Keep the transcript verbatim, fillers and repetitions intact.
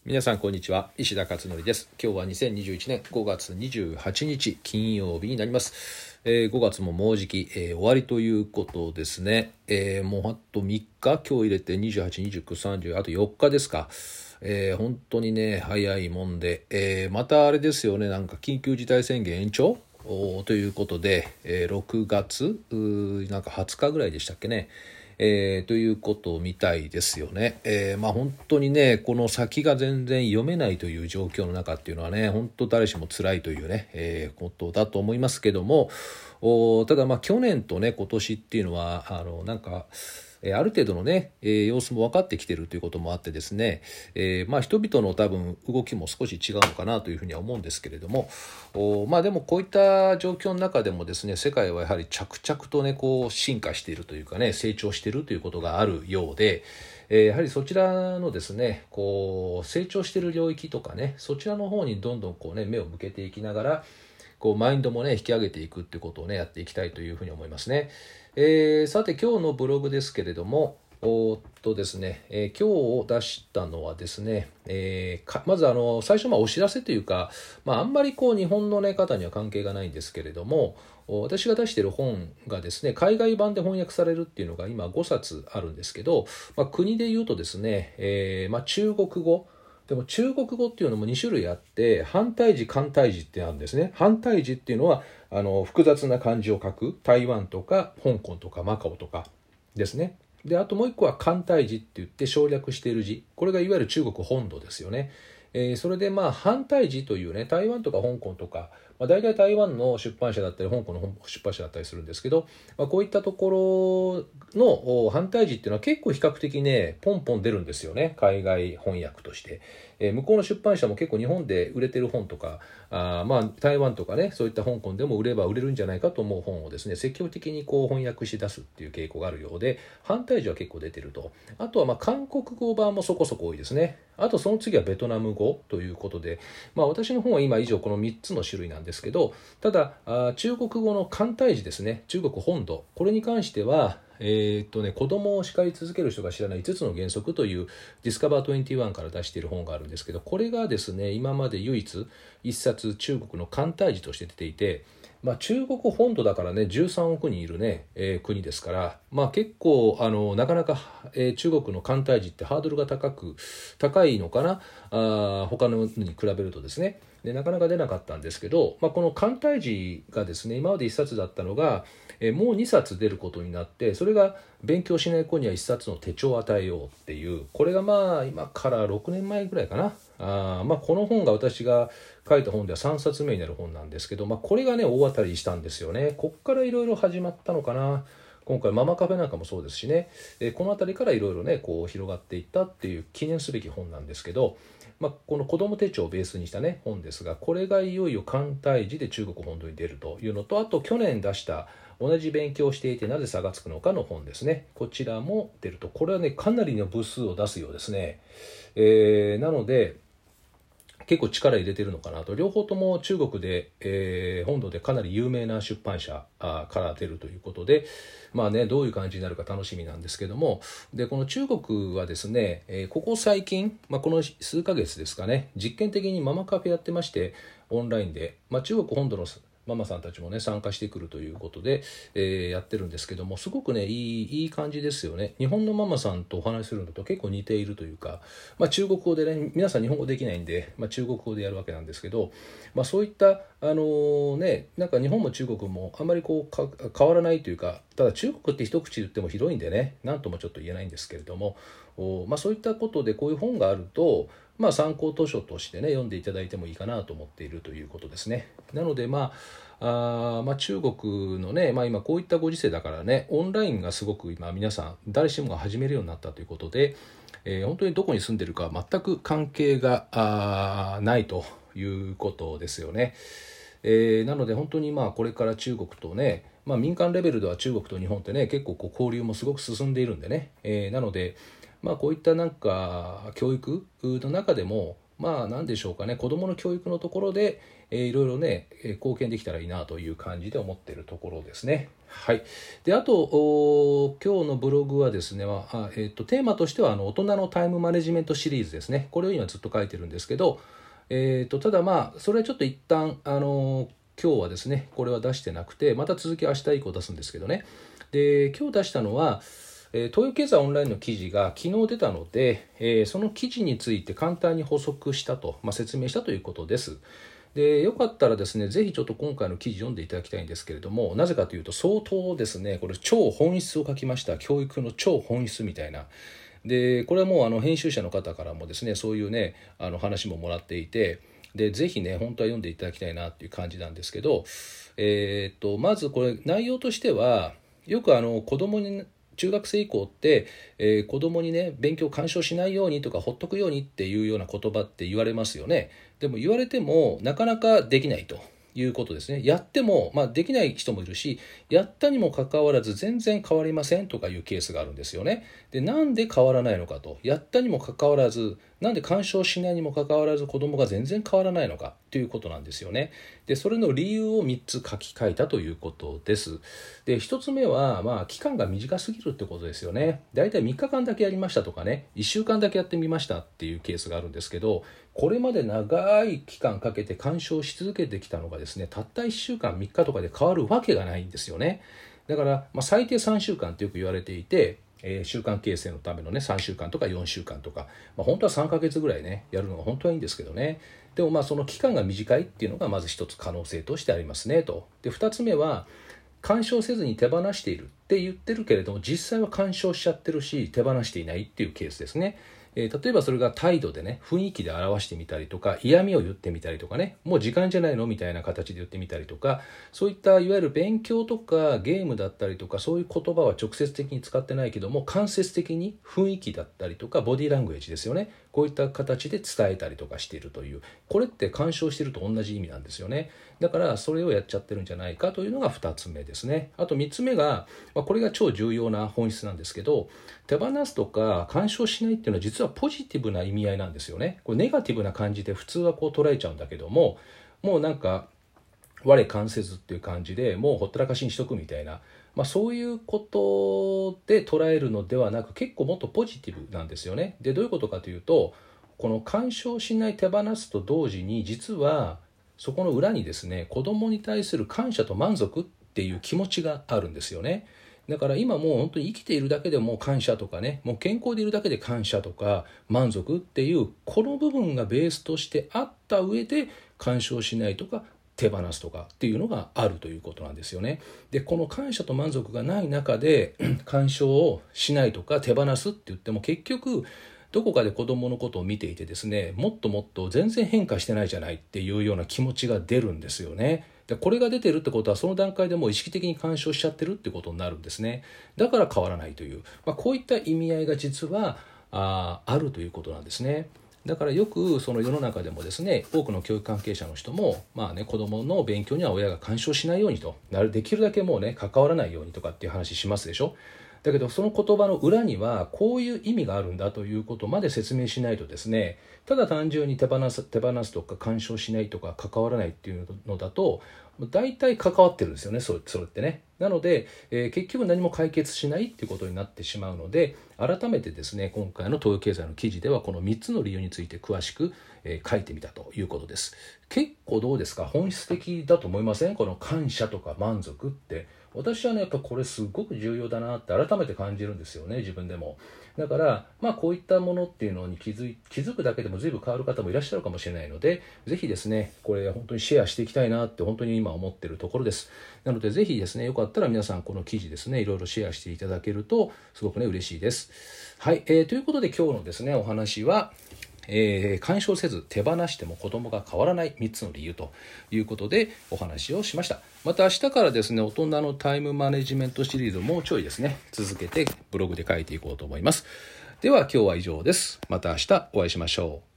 皆さんこんにちは、石田勝則です。今日はにせんにじゅういちねんごがつにじゅうはちにち金曜日になります。えー、ごがつももうじき、えー、終わりということですね。えー、もうあとみっか、今日入れてにじゅうはち、にじゅうく、さんじゅう、あとよっかですか。えー、本当にね早いもんで、えー、またあれですよね、なんか緊急事態宣言延長ということで、えー、ろくがつなんかはつかぐらいでしたっけね、えー、ということみたいですよね。えー、まあ本当にねこの先が全然読めないという状況の中っていうのはね、本当誰しも辛いというね、えー、ことだと思いますけども、おただまあ去年とね今年っていうのはあのなんかある程度のね、えー、様子も分かってきているということもあってですね、えー、まあ人々の多分動きも少し違うのかなというふうには思うんですけれども、おまあでもこういった状況の中でもですね、世界はやはり着々とねこう進化しているというかね、成長しているということがあるようで、えー、やはりそちらのですねこう成長している領域とかね、そちらの方にどんどんこうね目を向けていきながら、こうマインドもね引き上げていくっていうことをねやっていきたいというふうに思いますね。えー、さて今日のブログですけれども、おーっとですね、えー、今日出したのはですね、えー、かまずあの最初まあお知らせというか、まあ、あんまりこう日本の、ね、方には関係がないんですけれども、私が出している本がですね海外版で翻訳されるっていうのが今ごさつあるんですけど、まあ、国で言うとですね、えーまあ、中国語でも中国語っていうのもにしゅるいあって、反対字簡体字ってあるんですね。反対字っていうのはあの複雑な漢字を書く台湾とか香港とかマカオとかですね。であともう一個は簡体字って言って省略している字、これがいわゆる中国本土ですよね。えー、それでまあ反対字というね、台湾とか香港とか、まあ、大体台湾の出版社だったり香港の出版社だったりするんですけど、まあ、こういったところの反対字っていうのは結構比較的ねポンポン出るんですよね、海外翻訳として。えー、向こうの出版社も結構日本で売れてる本とか、あまあ台湾とかねそういった香港でも売れば売れるんじゃないかと思う本をですね積極的にこう翻訳し出すっていう傾向があるようで、反対字は結構出てると。あとはまあ韓国語版もそこそこ多いですね。あとその次はベトナム語ということで、まあ、私の本は今以上このみっつの種類なんですけど、ただあ中国語の簡体字ですね、中国本土、これに関してはえーっとね、子供を叱り続ける人が知らないいつつの原則というディスカバーにじゅういちから出している本があるんですけど、これがですね今まで唯一一冊中国の簡体字として出ていて、まあ、中国本土だからねじゅうさんおくにんいるね、えー、国ですから、まあ、結構あのなかなか、えー、中国の簡体字ってハードルが高く高いのかな、あ他のに比べるとですね。でなかなか出なかったんですけど、まあ、この簡体字がですね今までいっさつだったのが、えー、もうにさつ出ることになって、それが勉強しない子にはいっさつの手帳を与えようっていう、これがまあ今からろくねんまえぐらいかな。あまあこの本が私が書いた本ではさんさつめになる本なんですけど、まあ、これがね大当たりしたんですよね。こっからいろいろ始まったのかな。今回ママカフェなんかもそうですしね、えこの辺りからいろいろねこう広がっていったっていう記念すべき本なんですけど、まあ、この子ども手帳をベースにしたね本ですが、これがいよいよ簡体字で中国本土に出るというのと、あと去年出した同じ勉強をしていてなぜ差がつくのかの本ですね、こちらも出ると。これはねかなりの部数を出すようですね。えー、なので結構力入れてるのかなと。両方とも中国で、えー、本土でかなり有名な出版社から出るということで、まあねどういう感じになるか楽しみなんですけども、でこの中国はですね、えー、ここ最近、まあ、この数ヶ月ですかね、実験的にママカフェやってまして、オンラインで、まあ、中国本土のママさんたちもね参加してくるということで、えー、やってるんですけども、すごくねいい、いい感じですよね。日本のママさんとお話しするのと結構似ているというか、まあ、中国語でね皆さん日本語できないんで、まあ、中国語でやるわけなんですけど、まあ、そういったあのー、ねなんか日本も中国もあんまりこうか変わらないというか、ただ中国って一口言っても広いんでね何ともちょっと言えないんですけれども、お、まあ、そういったことでこういう本があると、まあ、参考図書としてね読んでいただいてもいいかなと思っているということですね。なのでまああまあ中国のね、まあ、今こういったご時世だからね、オンラインがすごく今皆さん誰しもが始めるようになったということで、えー、本当にどこに住んでるかは全く関係があないということですよね。えー、なので本当にまあこれから中国とね、まあ、民間レベルでは中国と日本ってね結構こう交流もすごく進んでいるんでね、えー、なのでまあこういったなんか教育の中でもまあ何でしょうかね、子どもの教育のところで、えー、いろいろね貢献できたらいいなという感じで思っているところですね。はい。であと今日のブログはですね、あ、えー、とテーマとしてはあの大人のタイムマネジメントシリーズですね。これを今ずっと書いてるんですけど、えー、とただまあそれはちょっと一旦あの今日はですねこれは出してなくて、また続きは明日以降出すんですけどね。で今日出したのは東洋経済オンラインの記事が昨日出たので、えー、その記事について簡単に補足したと、まあ、説明したということです。でよかったらですね、ぜひちょっと今回の記事読んでいただきたいんですけれども、なぜかというと相当ですね、これ超本質を書きました。教育の超本質みたいな。でこれはもうあの編集者の方からもですね、そういうねあの話ももらっていて、でぜひね本当は読んでいただきたいなっていう感じなんですけど、えー、っとまずこれ内容としては、よくあの子供に中学生以降って、えー、子供にね勉強干渉しないようにとかほっとくようにっていうような言葉って言われますよね。でも言われてもなかなかできないということですね。やっても、まあ、できない人もいるし、やったにもかかわらず全然変わりませんとかいうケースがあるんですよね。でなんで変わらないのかと、やったにもかかわらず、なんで干渉しないにもかかわらず子供が全然変わらないのかということなんですよね。でそれの理由をみっつ書き換えたということです。でひとつめは、まあ、期間が短すぎるってことですよね。だいたいみっかかんだけやりましたとかね、いっしゅうかんだけやってみましたっていうケースがあるんですけど、これまで長い期間かけて干渉し続けてきたのがですね、たったいっしゅうかんみっかとかで変わるわけがないんですよね。だから、まあ、最低さんしゅうかんってよく言われていて、えー、習慣形成のためのねさんしゅうかんとかよんしゅうかんとか、まあ、本当はさんかげつぐらいねやるのが本当はいいんですけどね。でもまあその期間が短いっていうのがまず一つ可能性としてありますねと。でふたつめは、干渉せずに手放しているって言ってるけれども、実際は干渉しちゃってるし手放していないっていうケースですね。えー、例えばそれが態度でね、雰囲気で表してみたりとか、嫌味を言ってみたりとかね、もう時間じゃないのみたいな形で言ってみたりとか、そういったいわゆる勉強とかゲームだったりとか、そういう言葉は直接的に使ってないけども、間接的に雰囲気だったりとかボディラングエッジですよね、こういった形で伝えたりとかしているという、これって干渉していると同じ意味なんですよね。だからそれをやっちゃってるんじゃないかというのがふたつめですね。あとみっつめが、まあ、これが超重要な本質なんですけど、手放すとか干渉しないっていうのは実はポジティブな意味合いなんですよね。これネガティブな感じで普通はこう捉えちゃうんだけども、もうなんか我関せずっていう感じでもうほったらかしにしとくみたいな、まあ、そういうことで捉えるのではなく、結構もっとポジティブなんですよね。でどういうことかというと、この干渉しない手放すと同時に、実はそこの裏にですね、子供に対する感謝と満足っていう気持ちがあるんですよね。だから今もう本当に生きているだけでも感謝とかね、もう健康でいるだけで感謝とか満足っていう、この部分がベースとしてあった上で、干渉しないとか手放すとかっていうのがあるということなんですよね。でこの感謝と満足がない中で干渉をしないとか手放すって言っても、結局どこかで子供のことを見ていてですね、もっともっと全然変化してないじゃないっていうような気持ちが出るんですよね。でこれが出てるってことは、その段階でもう意識的に干渉しちゃってるってことになるんですね。だから変わらないという、まあ、こういった意味合いが実は あ, あるということなんですね。だからよくその世の中でもですね、多くの教育関係者の人も、まあね、子どもの勉強には親が干渉しないようにと、なるできるだけもうね関わらないようにとかっていう話しますでしょ。だけどその言葉の裏にはこういう意味があるんだということまで説明しないとですね、ただ単純に手放す手放すとか干渉しないとか関わらないっていうのだと、大体関わってるんですよね、それ、それってね。なので、えー、結局何も解決しないっていうことになってしまうので、改めてですね、今回の東洋経済の記事ではこのみっつの理由について詳しく、えー、書いてみたということです。結構どうですか、本質的だと思いません？この感謝とか満足って。私はねやっぱこれすごく重要だなって改めて感じるんですよね、自分でも。だからまあこういったものっていうのに気づい気づくだけでも随分変わる方もいらっしゃるかもしれないので、ぜひですねこれ本当にシェアしていきたいなって本当に今思っているところです。なのでぜひですね、よかったら皆さんこの記事ですね、いろいろシェアしていただけるとすごくね嬉しいです。はい、えー、ということで今日のですねお話は、えー、干渉せず手放しても子供が変わらないみっつの理由ということでお話をしました。また明日からですね、大人のタイムマネジメントシリーズをもうちょいですね続けてブログで書いていこうと思います。では今日は以上です。また明日お会いしましょう。